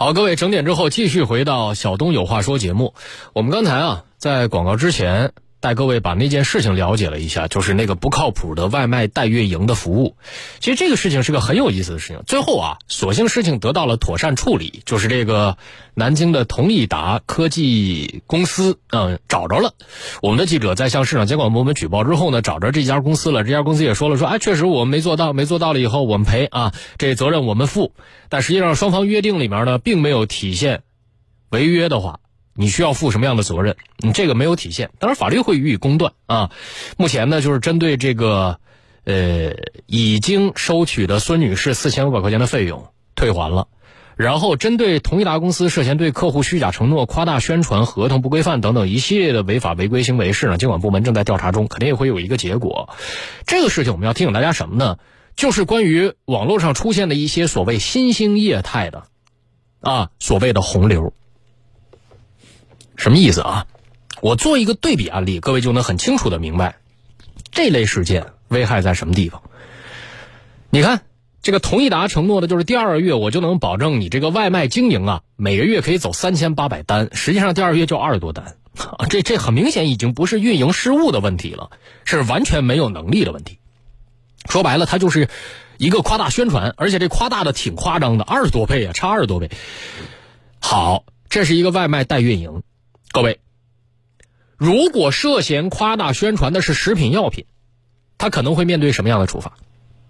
好，各位整点之后继续回到小东有话说节目。我们刚才在广告之前带各位把那件事情了解了一下，就是那个不靠谱的外卖代运营的服务。其实这个事情是个很有意思的事情，最后所幸事情得到了妥善处理，就是这个南京的同义达科技公司找着了。我们的记者在向市场监管部门举报之后呢，找着这家公司了，这家公司也说了确实我们没做到了以后我们赔这责任我们负。但实际上双方约定里面呢并没有体现违约的话你需要负什么样的责任，你这个没有体现，当然法律会予以公断目前呢就是针对这个已经收取的孙女士4500块钱的费用退还了，然后针对同义达公司涉嫌对客户虚假承诺、夸大宣传、合同不规范等等一系列的违法违规行为，市场监管部门正在调查中，肯定也会有一个结果。这个事情我们要提醒大家什么呢？就是关于网络上出现的一些所谓新兴业态的所谓的洪流。什么意思我做一个对比案例，各位就能很清楚的明白这类事件危害在什么地方。你看这个同义达承诺的就是第二个月我就能保证你这个外卖经营每个月可以走3800单，实际上第二个月就20多单这很明显已经不是运营失误的问题了，是完全没有能力的问题。说白了它就是一个夸大宣传，而且这夸大的挺夸张的，20多倍差20多倍。好，这是一个外卖代运营。各位，如果涉嫌夸大宣传的是食品药品，他可能会面对什么样的处罚？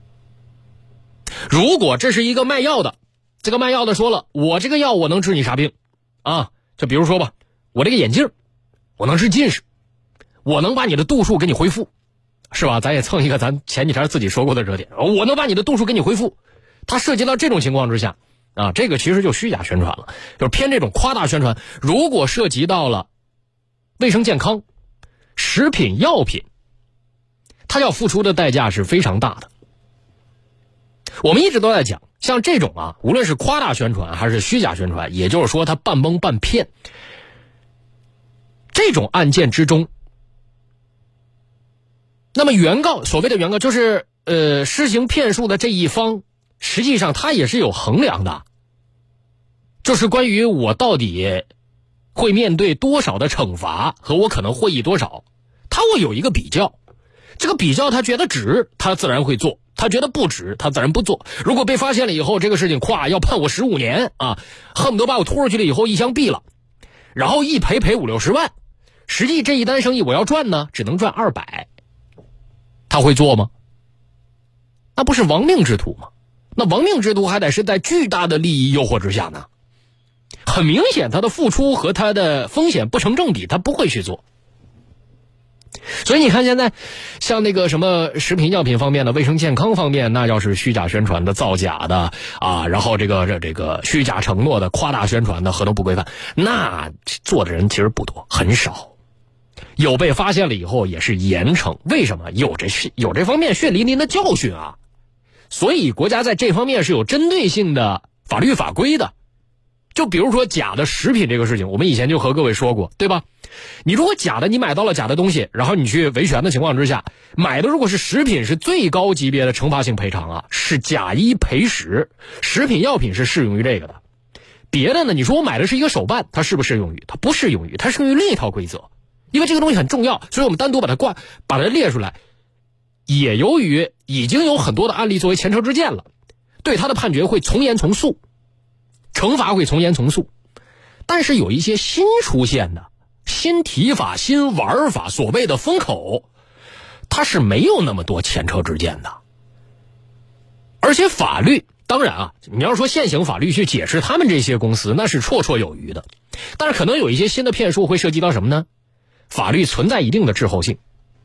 如果这是一个卖药的，这个卖药的说了，我这个药我能治你啥病就比如说吧，我这个眼镜我能治近视，我能把你的度数给你恢复，是吧？咱也蹭一个咱前几天自己说过的热点，我能把你的度数给你恢复。它涉及到这种情况之下这个其实就虚假宣传了，就是偏这种夸大宣传。如果涉及到了卫生健康、食品药品，它要付出的代价是非常大的。我们一直都在讲，像这种无论是夸大宣传还是虚假宣传，也就是说它半蒙半骗，这种案件之中，那么原告，所谓的原告就是施行骗术的这一方，实际上他也是有衡量的，就是关于我到底会面对多少的惩罚和我可能获益多少，他会有一个比较。这个比较他觉得值，他自然会做，他觉得不值，他自然不做。如果被发现了以后，这个事情要判我15年恨不得把我拖出去了以后一枪毙了，然后一赔50-60万，实际这一单生意我要赚呢只能赚200，他会做吗？那不是亡命之徒吗？那亡命之徒还得是在巨大的利益诱惑之下呢，很明显他的付出和他的风险不成正比，他不会去做。所以你看现在像那个什么食品药品方面的、卫生健康方面，那要是虚假宣传的、造假的然后这个虚假承诺的、夸大宣传的、合同不规范，那做的人其实不多，很少。有被发现了以后也是严惩，为什么？有这方面血淋淋的教训所以国家在这方面是有针对性的法律法规的。就比如说假的食品这个事情，我们以前就和各位说过，对吧？你如果你买到了假的东西，然后你去维权的情况之下，买的如果是食品，是最高级别的惩罚性赔偿是假一赔十，食品药品是适用于这个的。别的呢，你说我买的是一个手办，它是不适用于？它不适用于，它适用于另一套规则。因为这个东西很重要，所以我们单独把它列出来。也由于已经有很多的案例作为前车之鉴了，对他的判决会从严从速，惩罚会从严从速。但是有一些新出现的新提法、新玩法，所谓的风口，它是没有那么多前车之鉴的。而且法律当然你要说现行法律去解释他们这些公司，那是绰绰有余的。但是可能有一些新的骗术会涉及到什么呢？法律存在一定的滞后性，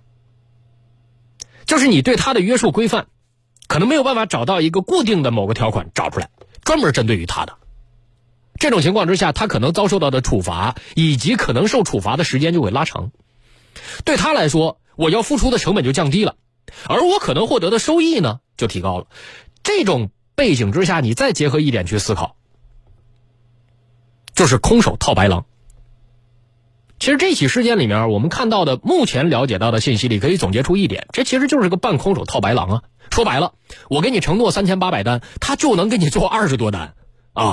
就是你对它的约束规范可能没有办法找到一个固定的某个条款找出来专门针对于它的。这种情况之下，他可能遭受到的处罚以及可能受处罚的时间就会拉长。对他来说，我要付出的成本就降低了，而我可能获得的收益呢就提高了。这种背景之下，你再结合一点去思考，就是空手套白狼。其实这起事件里面我们看到的目前了解到的信息里可以总结出一点，这其实就是个半空手套白狼说白了，我给你承诺3800单，他就能给你做20多单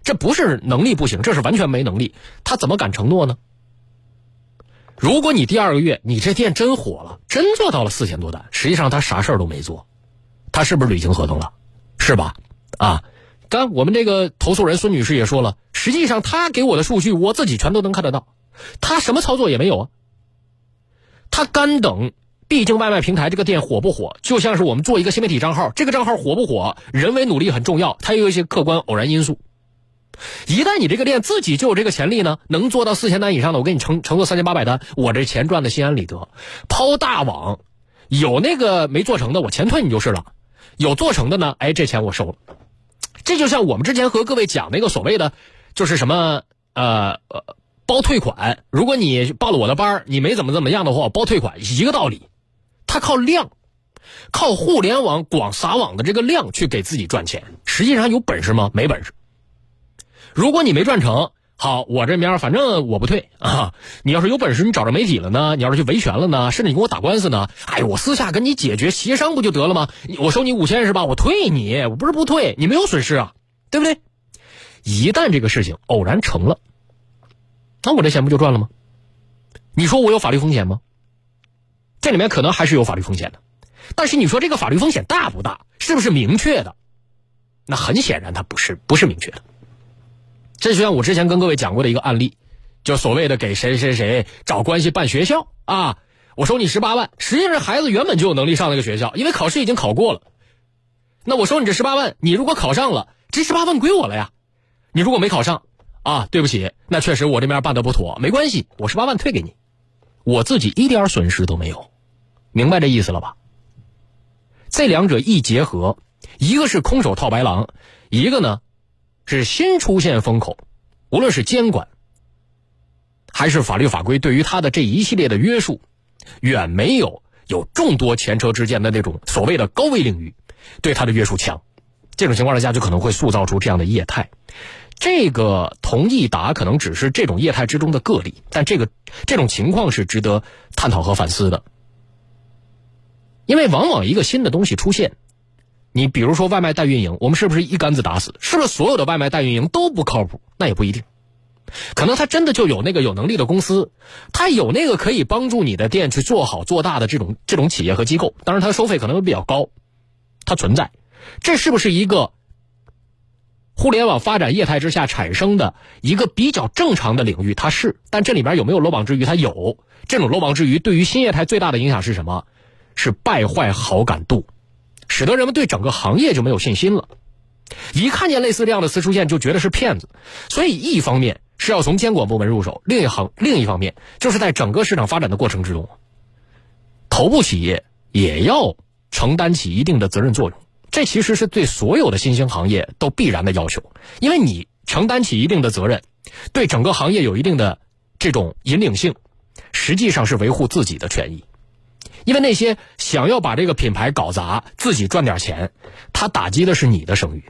这不是能力不行，这是完全没能力，他怎么敢承诺呢？如果你第2个月你这店真火了，真做到了4000多单，实际上他啥事儿都没做，他是不是履行合同了？是吧？啊，刚我们这个投诉人孙女士也说了，实际上他给我的数据我自己全都能看得到，他什么操作也没有啊。他干等，毕竟外卖平台这个店火不火，就像是我们做一个新媒体账号，这个账号火不火，人为努力很重要，它有一些客观偶然因素。一旦你这个店自己就有这个潜力呢，能做到4000单以上的，我给你承诺3800单，我这钱赚的心安理得。抛大网，有那个没做成的，我钱退你就是了；有做成的呢，哎，这钱我收了。这就像我们之前和各位讲那个所谓的，就是什么包退款，如果你报了我的班，你没怎么样的话，我包退款，一个道理。它靠量，靠互联网广撒网的这个量去给自己赚钱，实际上有本事吗？没本事。如果你没赚成，好，我这边反正我不退啊。你要是有本事，你找着媒体了呢，你要是去维权了呢，甚至你跟我打官司呢，哎，我私下跟你解决协商不就得了吗？我收你5000是吧？我退你，我不是不退，你没有损失啊，对不对？一旦这个事情偶然成了，那我这钱不就赚了吗？你说我有法律风险吗？这里面可能还是有法律风险的，但是你说这个法律风险大不大？是不是明确的？那很显然它不是明确的。这就像我之前跟各位讲过的一个案例，就所谓的给谁谁谁找关系办学校啊，我收你18万，实际上孩子原本就有能力上那个学校，因为考试已经考过了。那我收你这18万，你如果考上了，这18万归我了呀。你如果没考上啊，对不起，那确实我这边办得不妥，没关系，我18万退给你，我自己一点损失都没有。明白这意思了吧？这两者一结合，一个是空手套白狼，一个呢是新出现风口，无论是监管还是法律法规，对于他的这一系列的约束，远没有众多前车之鉴的那种所谓的高危领域对他的约束强。这种情况下就可能会塑造出这样的业态。这个同意达可能只是这种业态之中的个例，但这种情况是值得探讨和反思的。因为往往一个新的东西出现，你比如说外卖代运营，我们是不是一竿子打死？是不是所有的外卖代运营都不靠谱？那也不一定。可能他真的就有那个有能力的公司，他有那个可以帮助你的店去做好做大的这种企业和机构，当然他收费可能会比较高，它存在。这是不是一个互联网发展业态之下产生的一个比较正常的领域？它是，但这里边有没有漏网之鱼？它有。这种漏网之鱼对于新业态最大的影响是什么？是败坏好感度，使得人们对整个行业就没有信心了。一看见类似这样的词出现，就觉得是骗子。所以一方面是要从监管部门入手，另一方面就是在整个市场发展的过程之中，头部企业也要承担起一定的责任作用。这其实是对所有的新兴行业都必然的要求，因为你承担起一定的责任，对整个行业有一定的这种引领性，实际上是维护自己的权益。因为那些想要把这个品牌搞砸，自己赚点钱，他打击的是你的声誉。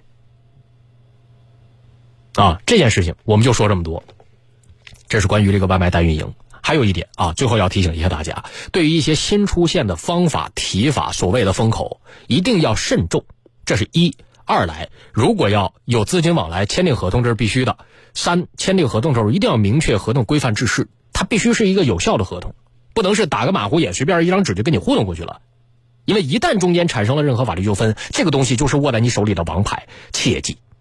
这件事情我们就说这么多。这是关于这个外卖代运营。还有一点最后要提醒一下大家，对于一些新出现的方法提法，所谓的风口，一定要慎重。这是一。二来，如果要有资金往来，签订合同这是必须的。三，签订合同的时候一定要明确合同规范制式，它必须是一个有效的合同，不能是打个马虎眼，随便一张纸就跟你糊弄过去了。因为一旦中间产生了任何法律纠纷，这个东西就是握在你手里的王牌，切记。